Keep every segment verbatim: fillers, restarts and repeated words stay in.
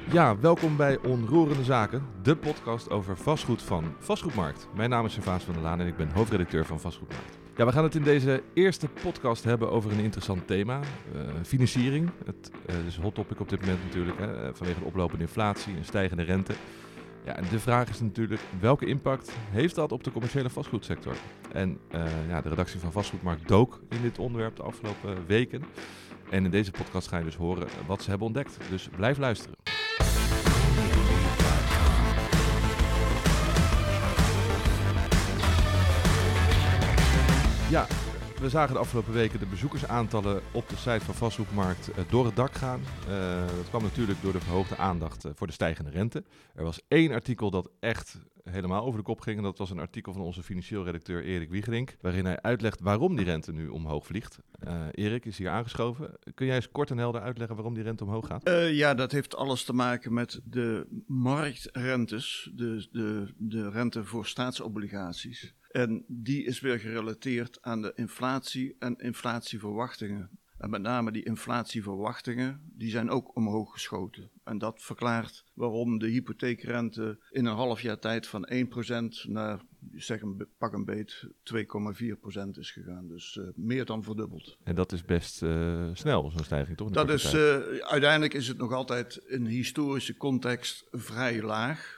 Ja, welkom bij Onroerende Zaken, de podcast over vastgoed van Vastgoedmarkt. Mijn naam is Servaas van der Laan en ik ben hoofdredacteur van Vastgoedmarkt. Ja, we gaan het in deze eerste podcast hebben over een interessant thema, uh, financiering. Het uh, is een hot topic op dit moment natuurlijk, hè, vanwege de oplopende inflatie en stijgende rente. Ja, en de vraag is natuurlijk, welke impact heeft dat op de commerciële vastgoedsector? En uh, ja, de redactie van Vastgoedmarkt dook in dit onderwerp de afgelopen weken. En in deze podcast ga je dus horen wat ze hebben ontdekt. Dus blijf luisteren. Ja, we zagen de afgelopen weken de bezoekersaantallen op de site van Vastgoedmarkt uh, door het dak gaan. Uh, dat kwam natuurlijk door de verhoogde aandacht uh, voor de stijgende rente. Er was één artikel dat echt helemaal over de kop ging. En dat was een artikel van onze financieel redacteur Erik Wiegerink, waarin hij uitlegt waarom die rente nu omhoog vliegt. Uh, Erik is hier aangeschoven. Kun jij eens kort en helder uitleggen waarom die rente omhoog gaat? Uh, ja, dat heeft alles te maken met de marktrentes, de, de, de rente voor staatsobligaties. En die is weer gerelateerd aan de inflatie en inflatieverwachtingen. En met name die inflatieverwachtingen, die zijn ook omhoog geschoten. En dat verklaart waarom de hypotheekrente in een half jaar tijd van één procent naar, zeg een, pak een beet, twee komma vier procent is gegaan. Dus uh, meer dan verdubbeld. En dat is best uh, snel, zo'n stijging, toch? Dat is, uh, uiteindelijk is het nog altijd in historische context vrij laag.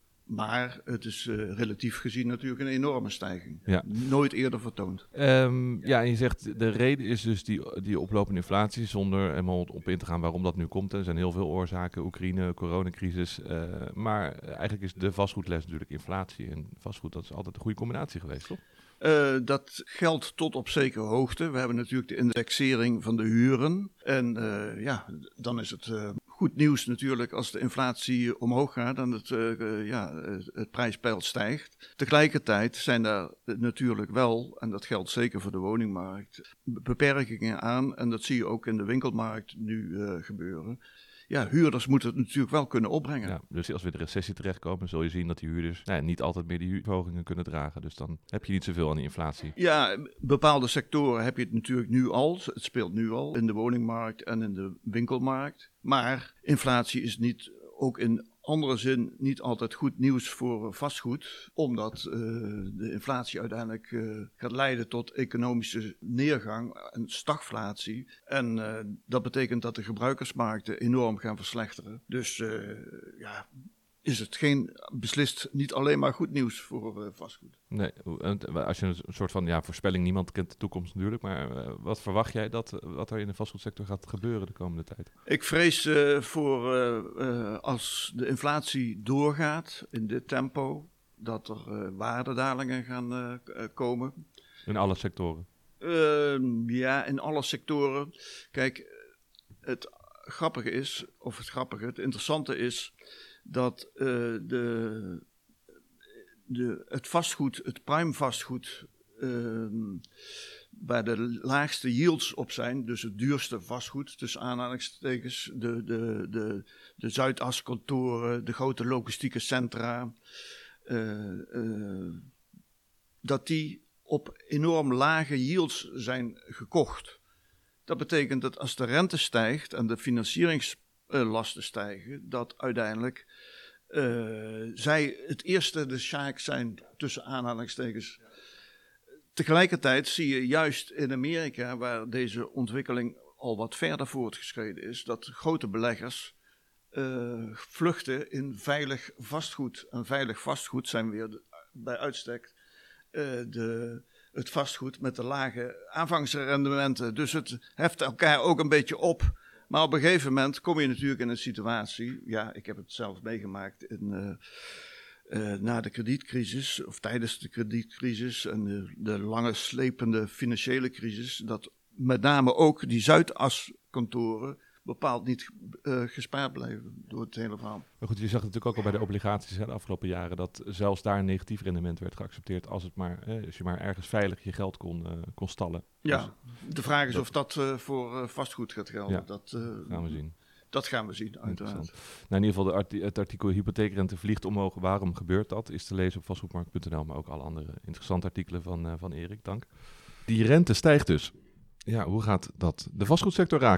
Maar het is uh, relatief gezien natuurlijk een enorme stijging. Ja. Nooit eerder vertoond. Um, ja, en je zegt de reden is dus die, die oplopende inflatie, zonder helemaal op in te gaan waarom dat nu komt. Er zijn heel veel oorzaken, Oekraïne, coronacrisis. Uh, maar eigenlijk is de vastgoedles natuurlijk inflatie. En vastgoed, dat is altijd een goede combinatie geweest, toch? Uh, dat geldt tot op zekere hoogte. We hebben natuurlijk de indexering van de huren. En uh, ja, dan is het uh, goed nieuws natuurlijk als de inflatie omhoog gaat en het, uh, uh, ja, het prijspeil stijgt. Tegelijkertijd zijn daar natuurlijk wel, en dat geldt zeker voor de woningmarkt, beperkingen aan. En dat zie je ook in de winkelmarkt nu uh, gebeuren. Ja, huurders moeten het natuurlijk wel kunnen opbrengen. Ja, dus als we in de recessie terechtkomen, zul je zien dat die huurders nou ja, niet altijd meer die huurverhogingen kunnen dragen. Dus dan heb je niet zoveel aan die inflatie. Ja, bepaalde sectoren heb je het natuurlijk nu al. Het speelt nu al in de woningmarkt en in de winkelmarkt. Maar inflatie is niet, ook in andere zin, niet altijd goed nieuws voor vastgoed. Omdat uh, de inflatie uiteindelijk uh, gaat leiden tot economische neergang en stagflatie. En uh, dat betekent dat de gebruikersmarkten enorm gaan verslechteren. Dus uh, ja, is het geen, beslist niet alleen maar goed nieuws voor uh, vastgoed. Nee, als je een soort van ja, voorspelling, niemand kent de toekomst natuurlijk, maar uh, wat verwacht jij dat wat er in de vastgoedsector gaat gebeuren de komende tijd? Ik vrees uh, voor uh, uh, als de inflatie doorgaat in dit tempo, dat er uh, waardedalingen gaan uh, komen. In alle sectoren? Uh, ja, in alle sectoren. Kijk, het grappige is, of het grappige, het interessante is dat uh, de, de, het vastgoed, het prime vastgoed, uh, waar de laagste yields op zijn, dus het duurste vastgoed, tussen aanhalingstekens, de, de, de, de Zuidas-kantoren, de grote logistieke centra, uh, uh, dat die op enorm lage yields zijn gekocht. Dat betekent dat als de rente stijgt en de financierings Uh, lasten stijgen, dat uiteindelijk uh, zij het eerste de sjaak zijn, tussen aanhalingstekens. Tegelijkertijd zie je juist in Amerika, waar deze ontwikkeling al wat verder voortgeschreden is, dat grote beleggers uh, vluchten in veilig vastgoed. En veilig vastgoed zijn weer de, bij uitstek uh, de, het vastgoed met de lage aanvangsrendementen. Dus het heft elkaar ook een beetje op. Maar op een gegeven moment kom je natuurlijk in een situatie, ja, ik heb het zelf meegemaakt in, uh, uh, na de kredietcrisis of tijdens de kredietcrisis en de, de lange slepende financiële crisis, dat met name ook die Zuidas-kantoren bepaald niet uh, gespaard blijven door het hele verhaal. Maar goed, je zag natuurlijk ook al bij de obligaties hè, de afgelopen jaren dat zelfs daar een negatief rendement werd geaccepteerd als, het maar, eh, als je maar ergens veilig je geld kon, uh, kon stallen. Ja, dus de vraag is dat, of dat uh, voor uh, vastgoed gaat gelden. Ja, dat uh, gaan we zien. Dat gaan we zien, uiteraard. Nou, in ieder geval, de art- het artikel hypotheekrente vliegt omhoog. Waarom gebeurt dat? Is te lezen op vastgoedmarkt punt n l, maar ook alle andere interessante artikelen van, uh, van Erik, dank. Die rente stijgt dus. Ja, hoe gaat dat de vastgoedsector raken?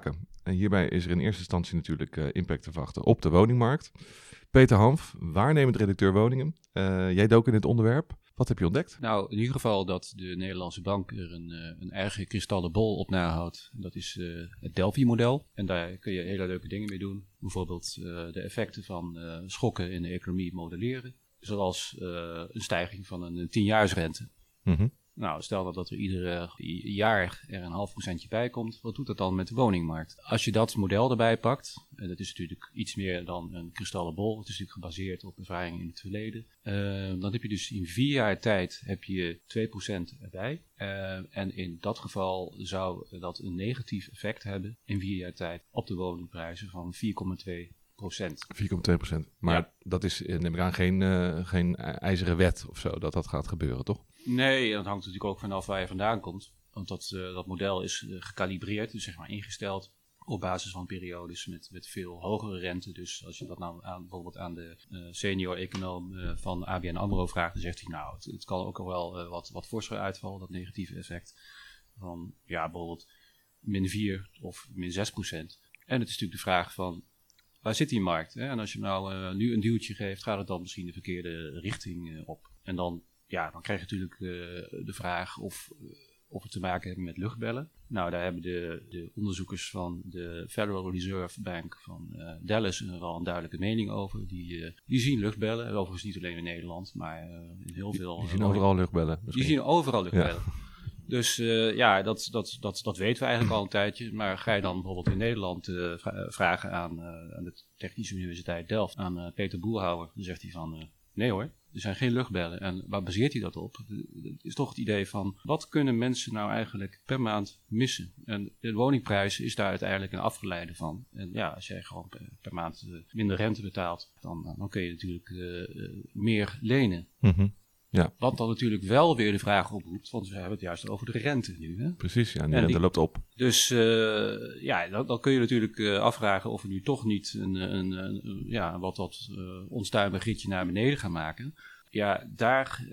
En hierbij is er in eerste instantie natuurlijk uh, impact te verwachten op de woningmarkt. Peter Hanf, waarnemend redacteur woningen. Uh, jij dook in dit onderwerp. Wat heb je ontdekt? Nou, in ieder geval dat de Nederlandse bank er een, uh, een eigen kristallen bol op nahoudt. Dat is uh, het Delphi-model. En daar kun je hele leuke dingen mee doen. Bijvoorbeeld uh, de effecten van uh, schokken in de economie modelleren. Zoals uh, een stijging van een tienjaarsrente. Mm-hmm. Nou, stel dat er ieder jaar er een half procentje bij komt. Wat doet dat dan met de woningmarkt? Als je dat model erbij pakt, en dat is natuurlijk iets meer dan een kristallen bol. Het is natuurlijk gebaseerd op ervaringen in het verleden. Uh, dan heb je dus in vier jaar tijd heb je twee procent erbij. Uh, en in dat geval zou dat een negatief effect hebben in vier jaar tijd op de woningprijzen van vier komma twee procent. vier komma twee procent. Maar ja. Dat is, neem ik aan, geen, uh, geen ijzeren wet of zo, dat dat gaat gebeuren, toch? Nee, dat hangt natuurlijk ook vanaf waar je vandaan komt. Want dat, uh, dat model is uh, gecalibreerd, dus zeg maar ingesteld op basis van periodes met, met veel hogere rente. Dus als je dat nou aan, bijvoorbeeld aan de uh, senior econoom uh, van A B N AMRO vraagt, dan zegt hij nou, het, het kan ook al wel uh, wat, wat forser uitvallen, dat negatieve effect. Van ja, bijvoorbeeld min vier of min zes procent. En het is natuurlijk de vraag van, waar zit die markt? Hè? En als je nou uh, nu een duwtje geeft, gaat het dan misschien de verkeerde richting uh, op. En dan, ja, dan krijg je natuurlijk uh, de vraag of, uh, of we te maken hebben met luchtbellen. Nou, daar hebben de, de onderzoekers van de Federal Reserve Bank van uh, Dallas uh, wel een duidelijke mening over. Die, uh, die zien luchtbellen, overigens niet alleen in Nederland, maar uh, in heel veel... Die, die zien uh, overal luchtbellen. Misschien. Die zien overal luchtbellen. Ja. Dus uh, ja, dat, dat, dat, dat weten we eigenlijk al een tijdje. Maar ga je dan bijvoorbeeld in Nederland uh, vra- vragen aan, uh, aan de Technische Universiteit Delft, aan uh, Peter Boerhouwer, dan zegt hij van, uh, nee hoor, er zijn geen luchtbellen. En waar baseert hij dat op? Het is toch het idee van, wat kunnen mensen nou eigenlijk per maand missen? En de woningprijs is daar uiteindelijk een afgeleide van. En ja, als jij gewoon per, per maand uh, minder rente betaalt, dan, dan kun je natuurlijk uh, uh, meer lenen. Mm-hmm. Ja. Wat dan natuurlijk wel weer de vraag oproept, want we hebben het juist over de rente nu. Hè? Precies, ja, en die en rente die, loopt op. Dus uh, ja, dan, dan kun je natuurlijk uh, afvragen of we nu toch niet een, een, een, een ja, wat, wat uh, onstuimig ritje naar beneden gaan maken. Ja, daar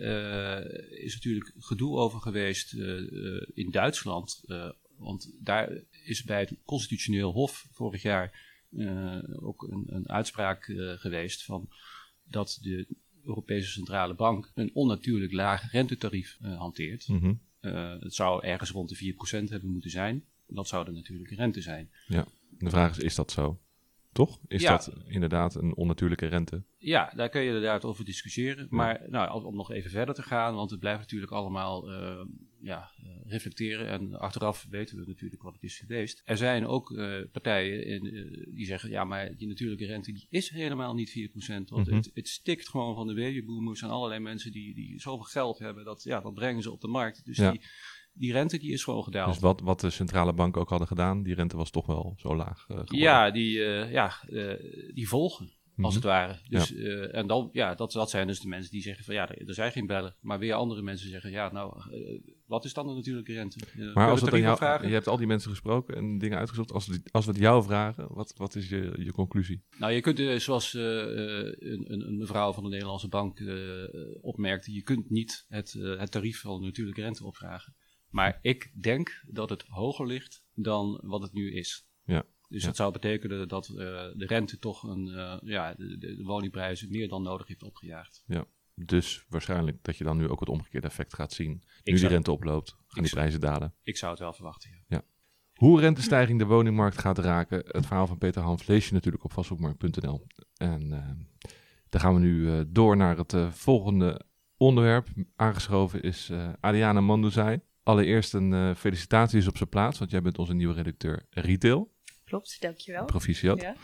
uh, is natuurlijk gedoe over geweest uh, uh, in Duitsland. Uh, want daar is bij het Constitutioneel Hof vorig jaar uh, ook een, een uitspraak uh, geweest van dat de Europese Centrale Bank een onnatuurlijk laag rentetarief uh, hanteert. Mm-hmm. Uh, het zou ergens rond de vier procent hebben moeten zijn. Dat zou de natuurlijke rente zijn. Ja, de vraag is, is dat zo? Toch? Is ja. dat inderdaad een onnatuurlijke rente? Ja, daar kun je inderdaad over discussiëren. Ja. Maar nou, om nog even verder te gaan, want het blijft natuurlijk allemaal uh, ja, uh, reflecteren. En achteraf weten we natuurlijk wat het is geweest. Er zijn ook uh, partijen in, uh, die zeggen, ja, maar die natuurlijke rente die is helemaal niet vier procent. Want mm-hmm. het, het stikt gewoon van de babyboomers en allerlei mensen die, die zoveel geld hebben. Dat, ja, dat brengen ze op de markt. Dus ja. die... Die rente die is gewoon gedaald. Dus wat, wat de centrale banken ook hadden gedaan, die rente was toch wel zo laag uh, geworden? Ja, die, uh, ja uh, die volgen, mm-hmm. als het ware. Dus, ja. Uh, en dan, ja, dat, dat zijn dus de mensen die zeggen van ja, er, er zijn geen bellen. Maar weer andere mensen zeggen, ja, nou, uh, wat is dan de natuurlijke rente? Uh, maar als het aan jou, vragen? Je hebt al die mensen gesproken en dingen uitgezocht. Als we, als we het jou vragen, wat, wat is je, je conclusie? Nou, je kunt, uh, zoals uh, een, een mevrouw van de Nederlandse bank uh, opmerkte, je kunt niet het, uh, het tarief van de natuurlijke rente opvragen. Maar ik denk dat het hoger ligt dan wat het nu is. Ja, dus ja. dat zou betekenen dat uh, de rente toch een, uh, ja, de, de woningprijzen meer dan nodig heeft opgejaagd. Ja, dus waarschijnlijk dat je dan nu ook het omgekeerde effect gaat zien. Ik nu zou, de rente oploopt, gaan die zou, prijzen dalen. Ik zou het wel verwachten, ja. ja. Hoe rentestijging de woningmarkt gaat raken, het verhaal van Peter Hanf lees je natuurlijk op vastgoedmarkt punt n l. En uh, dan gaan we nu uh, door naar het uh, volgende onderwerp. Aangeschoven is uh, Adriana Manduzai. Allereerst een uh, felicitaties op zijn plaats, want jij bent onze nieuwe redacteur retail. Klopt, dankjewel. Proficiat. Ja.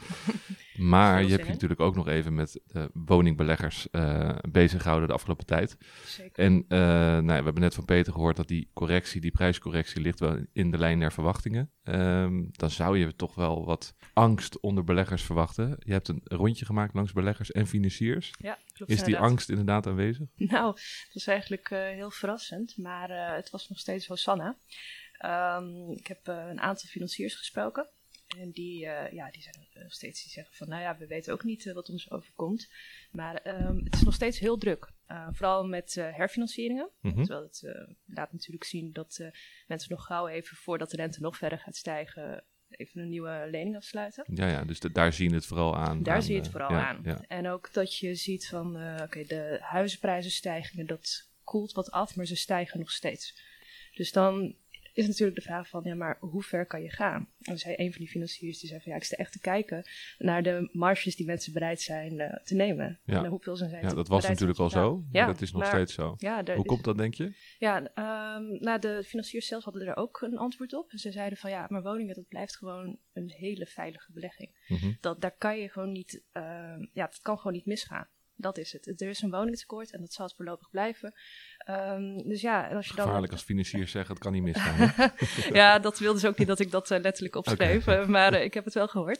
Maar je hebt je natuurlijk ook nog even met uh, woningbeleggers uh, bezig gehouden de afgelopen tijd. Zeker. En uh, nou, we hebben net van Peter gehoord dat die correctie, die prijscorrectie ligt wel in de lijn der verwachtingen. Um, dan zou je toch wel wat angst onder beleggers verwachten. Je hebt een rondje gemaakt langs beleggers en financiers. Ja, klopt. Is die inderdaad. angst inderdaad aanwezig? Nou, het was eigenlijk uh, heel verrassend, maar uh, het was nog steeds Hosanna. Um, ik heb uh, een aantal financiers gesproken. En die, uh, ja, die zijn nog steeds die zeggen van, nou ja, we weten ook niet uh, wat ons overkomt. Maar um, het is nog steeds heel druk. Uh, vooral met uh, herfinancieringen. Mm-hmm. Terwijl het uh, laat natuurlijk zien dat uh, mensen nog gauw even voordat de rente nog verder gaat stijgen, even een nieuwe lening afsluiten. Ja, ja, dus de, daar zie je het vooral aan. Daar aan, zie je het vooral ja, aan. Ja. En ook dat je ziet van, uh, oké, okay, de huizenprijzenstijgingen, dat koelt wat af, maar ze stijgen nog steeds. Dus dan is natuurlijk de vraag van, ja, maar hoe ver kan je gaan? En er zei een van die financiers, die zei van, ja, ik sta echt te kijken naar de marges die mensen bereid zijn uh, te nemen. Ja. En hoeveel zijn zij Ja, dat was natuurlijk al zo, maar ja, dat is nog maar, steeds zo. Ja, hoe komt dat, denk je? Ja, um, nou, de financiers zelf hadden er ook een antwoord op. Ze zeiden van, ja, maar woningen, dat blijft gewoon een hele veilige belegging. Mm-hmm. Dat, daar kan je gewoon niet, uh, ja, dat kan gewoon niet misgaan. Dat is het. Er is een woningtekort en dat zal het voorlopig blijven. Um, dus ja, en als je dan... Gevaarlijk als financiers zeggen, het kan niet misgaan. Ja, dat wilde ze ook niet dat ik dat uh, letterlijk opschreef. Okay. Maar uh, ik heb het wel gehoord.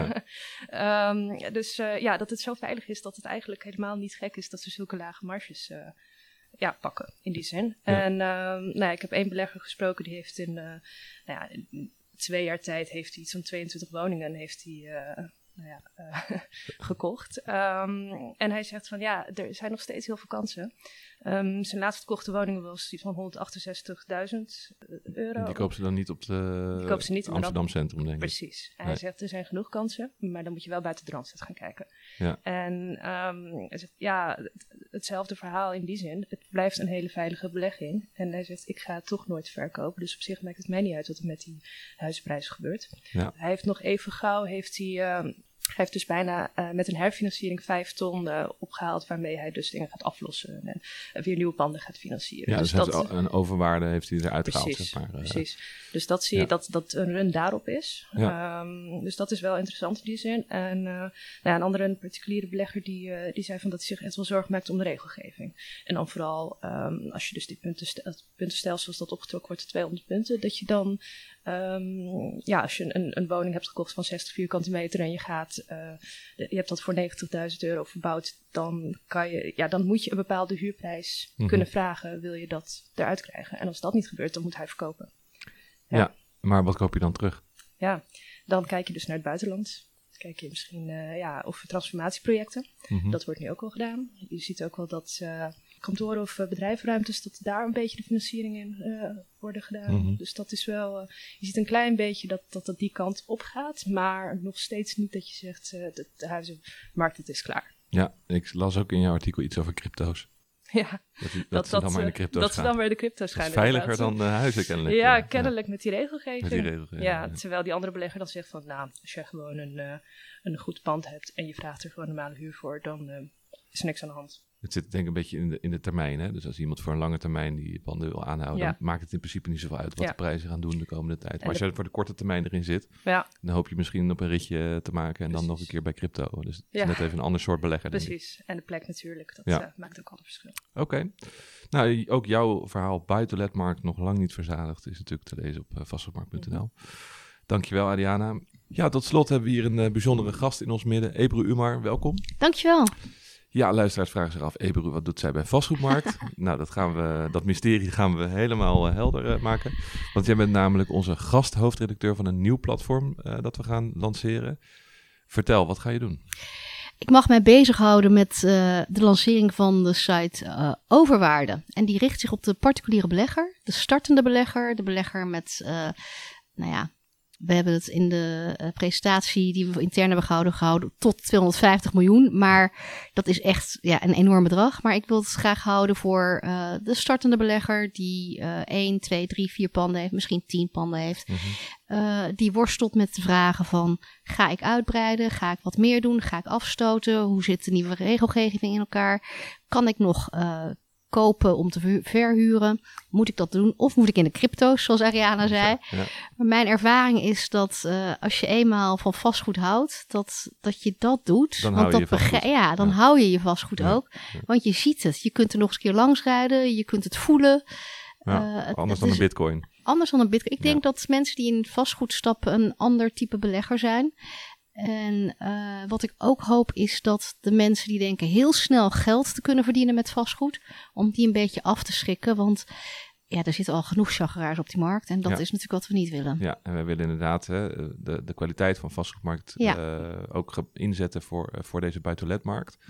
Ja. um, dus uh, ja, dat het zo veilig is dat het eigenlijk helemaal niet gek is dat ze zulke lage marges uh, ja, pakken, in die zin. Ja. En um, nou, ik heb één belegger gesproken, die heeft in, uh, nou ja, in twee jaar tijd heeft hij iets van tweeëntwintig woningen en heeft hij... Uh, Nou ja, uh, gekocht. Um, en hij zegt van ja, er zijn nog steeds heel veel kansen. Um, zijn laatst verkochte woning was iets van honderdachtenzestigduizend euro. Die kopen ze dan niet op de die kopen ze niet Amsterdam dan, Centrum, denk ik. Precies. En nee. hij zegt er zijn genoeg kansen, maar dan moet je wel buiten de Randstad gaan kijken. Ja. En um, hij zegt ja, het, hetzelfde verhaal in die zin. Het blijft een hele veilige belegging. En hij zegt ik ga het toch nooit verkopen. Dus op zich maakt het mij niet uit wat er met die huizenprijzen gebeurt. Ja. Hij heeft nog even gauw, heeft hij... Um, Hij heeft dus bijna uh, met een herfinanciering vijf ton uh, opgehaald, waarmee hij dus dingen gaat aflossen en uh, weer nieuwe panden gaat financieren. Ja, dus, dus dat, een overwaarde heeft hij eruit gehaald. Precies, zeg maar. precies. Dus dat zie je ja. dat, dat een run daarop is. Ja. Um, dus dat is wel interessant in die zin. En uh, nou ja, een andere een particuliere belegger die, uh, die zei van dat hij zich echt wel zorgen maakt om de regelgeving. En dan vooral um, als je dus die puntenstelsel, puntenstelsel als dat opgetrokken wordt tot tweehonderd punten, dat je dan Um, ja, als je een, een woning hebt gekocht van zestig vierkante meter en je gaat, uh, je hebt dat voor negentigduizend euro verbouwd, dan kan je, ja, dan moet je een bepaalde huurprijs mm-hmm. kunnen vragen, wil je dat eruit krijgen? En als dat niet gebeurt, dan moet hij verkopen. Ja, ja, maar wat koop je dan terug? Ja, dan kijk je dus naar het buitenland. Kijk je misschien, uh, ja, of transformatieprojecten. Mm-hmm. Dat wordt nu ook al gedaan. Je ziet ook wel dat uh, kantoren of uh, bedrijfruimtes, dat daar een beetje de financiering in uh, worden gedaan. Mm-hmm. Dus dat is wel, uh, je ziet een klein beetje dat, dat dat die kant op gaat, maar nog steeds niet dat je zegt, uh, de, de huizenmarkt, het is klaar. Ja, ik las ook in jouw artikel iets over crypto's. Ja, dat, dat, dat, ze dan maar in de crypto's dat gaan. ze dan weer de crypto's gaan. Dat is veiliger inderdaad. dan uh, huizen kennelijk. Ja, kennelijk ja. met die regelgeving. Met die regelgeving ja, ja. Terwijl die andere belegger dan zegt van, nou, als je gewoon een, uh, een goed pand hebt en je vraagt er gewoon normale huur voor, dan uh, is er niks aan de hand. Het zit denk ik een beetje in de, in de termijn. Hè? Dus als iemand voor een lange termijn die panden wil aanhouden, ja. dan maakt het in principe niet zoveel uit wat ja. de prijzen gaan doen de komende tijd. Maar en als de... je voor de korte termijn erin zit, ja. dan hoop je misschien op een ritje te maken en Precies. dan nog een keer bij crypto. Dus het is ja. net even een ander soort belegger. Precies, en de plek natuurlijk, dat ja. uh, maakt ook al een verschil. Oké. Okay. Nou, ook jouw verhaal buitenletmarkt nog lang niet verzadigd is natuurlijk te lezen op uh, vastgoedmarkt punt n l. Mm-hmm. Dankjewel, Adriana. Ja, tot slot hebben we hier een uh, bijzondere gast in ons midden, Ebru Umar. Welkom. Dankjewel. Ja, luisteraars vragen zich af, Ebru, wat doet zij bij vastgoedmarkt? nou, dat, gaan we, dat mysterie gaan we helemaal uh, helder uh, maken. Want jij bent namelijk onze gasthoofdredacteur van een nieuw platform uh, dat we gaan lanceren. Vertel, wat ga je doen? Ik mag mij bezighouden met uh, de lancering van de site uh, Overwaarde. En die richt zich op de particuliere belegger, de startende belegger, de belegger met, uh, nou ja... We hebben het in de uh, presentatie die we intern hebben gehouden, gehouden tot tweehonderdvijftig miljoen. Maar dat is echt ja, een enorm bedrag. Maar ik wil het graag houden voor uh, de startende belegger die uh, één, twee, drie, vier panden heeft, misschien tien panden heeft. Mm-hmm. Uh, die worstelt met de vragen van, ga ik uitbreiden? Ga ik wat meer doen? Ga ik afstoten? Hoe zit de nieuwe regelgeving in elkaar? Kan ik nog... Uh, kopen om te verhuren. Moet ik dat doen? Of moet ik in de crypto's, zoals Ariana zei? Ja, ja. Maar mijn ervaring is dat uh, als je eenmaal van vastgoed houdt, dat, dat je dat doet. Dan want hou je dat je vastgoed. Ja, dan ja. hou je je vastgoed ja. ook. Ja. Want je ziet het. Je kunt er nog eens een keer langs rijden. Je kunt het voelen. Ja, uh, anders het, dan het een bitcoin. Anders dan een bitcoin. Ik ja. denk dat mensen die in vastgoed stappen een ander type belegger zijn. En uh, wat ik ook hoop is dat de mensen die denken heel snel geld te kunnen verdienen met vastgoed, om die een beetje af te schrikken. Want ja, er zitten al genoeg chageraars op die markt en dat ja. is natuurlijk wat we niet willen. Ja, en wij willen inderdaad hè, de, de kwaliteit van vastgoedmarkt ja. uh, ook inzetten voor, uh, voor deze buitenletmarkt. Ja.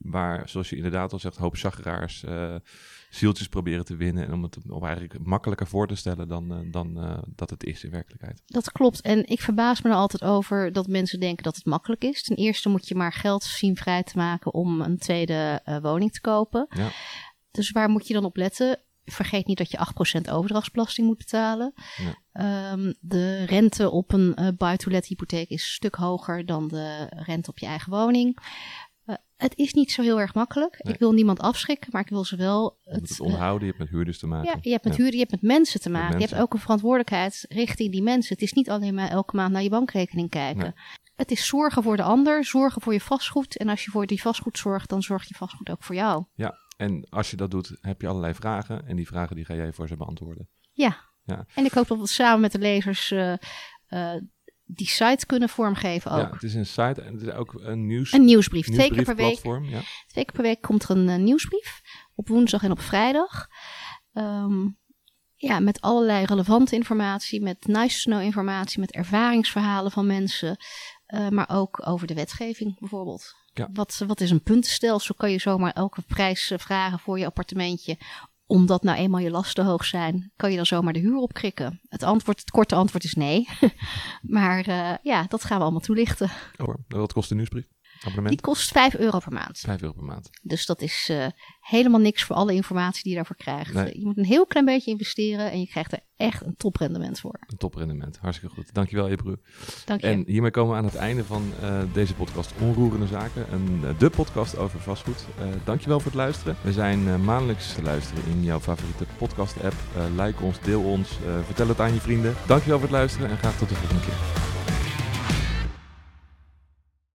waar, zoals je inderdaad al zegt, hoop chagraars uh, zieltjes proberen te winnen. En om het om eigenlijk makkelijker voor te stellen dan, uh, dan uh, dat het is in werkelijkheid. Dat klopt. En ik verbaas me er altijd over dat mensen denken dat het makkelijk is. Ten eerste moet je maar geld zien vrij te maken om een tweede uh, woning te kopen. Ja. Dus waar moet je dan op letten? Vergeet niet dat je acht procent overdrachtsbelasting moet betalen. Ja. Um, de rente op een uh, buy-to-let hypotheek is een stuk hoger dan de rente op je eigen woning. Uh, het is niet zo heel erg makkelijk. Nee. Ik wil niemand afschrikken, maar ik wil ze wel... Je moet het onderhouden, uh, je hebt met huurders te maken. Ja, je hebt met ja. huurders, je hebt met mensen te maken. Mensen. Je hebt ook een verantwoordelijkheid richting die mensen. Het is niet alleen maar elke maand naar je bankrekening kijken. Nee. Het is zorgen voor de ander, zorgen voor je vastgoed. En als je voor die vastgoed zorgt, dan zorgt je vastgoed ook voor jou. Ja, en als je dat doet, heb je allerlei vragen. En die vragen die ga jij voor ze beantwoorden. Ja, ja. En ik hoop dat we samen met de lezers uh, uh, die site kunnen vormgeven ook. Ja, het is een site en het is ook een nieuws... Een nieuwsbrief. nieuwsbrief Twee keer per week. Platform, ja. Twee keer per week komt er een uh, nieuwsbrief. Op woensdag en op vrijdag. Um, ja, met allerlei relevante informatie. Met nice to know informatie. Met ervaringsverhalen van mensen. Uh, maar ook over de wetgeving bijvoorbeeld. Ja. Wat, wat is een puntenstelsel? Kan je zomaar elke prijs uh, vragen voor je appartementje? Omdat nou eenmaal je lasten hoog zijn, kan je dan zomaar de huur opkrikken? Het, antwoord, het korte antwoord is nee. Maar uh, ja, dat gaan we allemaal toelichten. Oh, wat kost de nieuwsbrief? Abonnement? Die kost vijf euro per maand. vijf euro per maand. Dus dat is uh, helemaal niks voor alle informatie die je daarvoor krijgt. Nee. Je moet een heel klein beetje investeren en je krijgt er echt een toprendement voor. Een toprendement, hartstikke goed. Dankjewel, Ebru. Dank je. En hiermee komen we aan het einde van uh, deze podcast Onroerende Zaken. Een, uh, de podcast over vastgoed. Uh, dankjewel voor het luisteren. We zijn uh, maandelijks te luisteren in jouw favoriete podcast app. Uh, like ons, deel ons, uh, vertel het aan je vrienden. Dankjewel voor het luisteren en graag tot de volgende keer.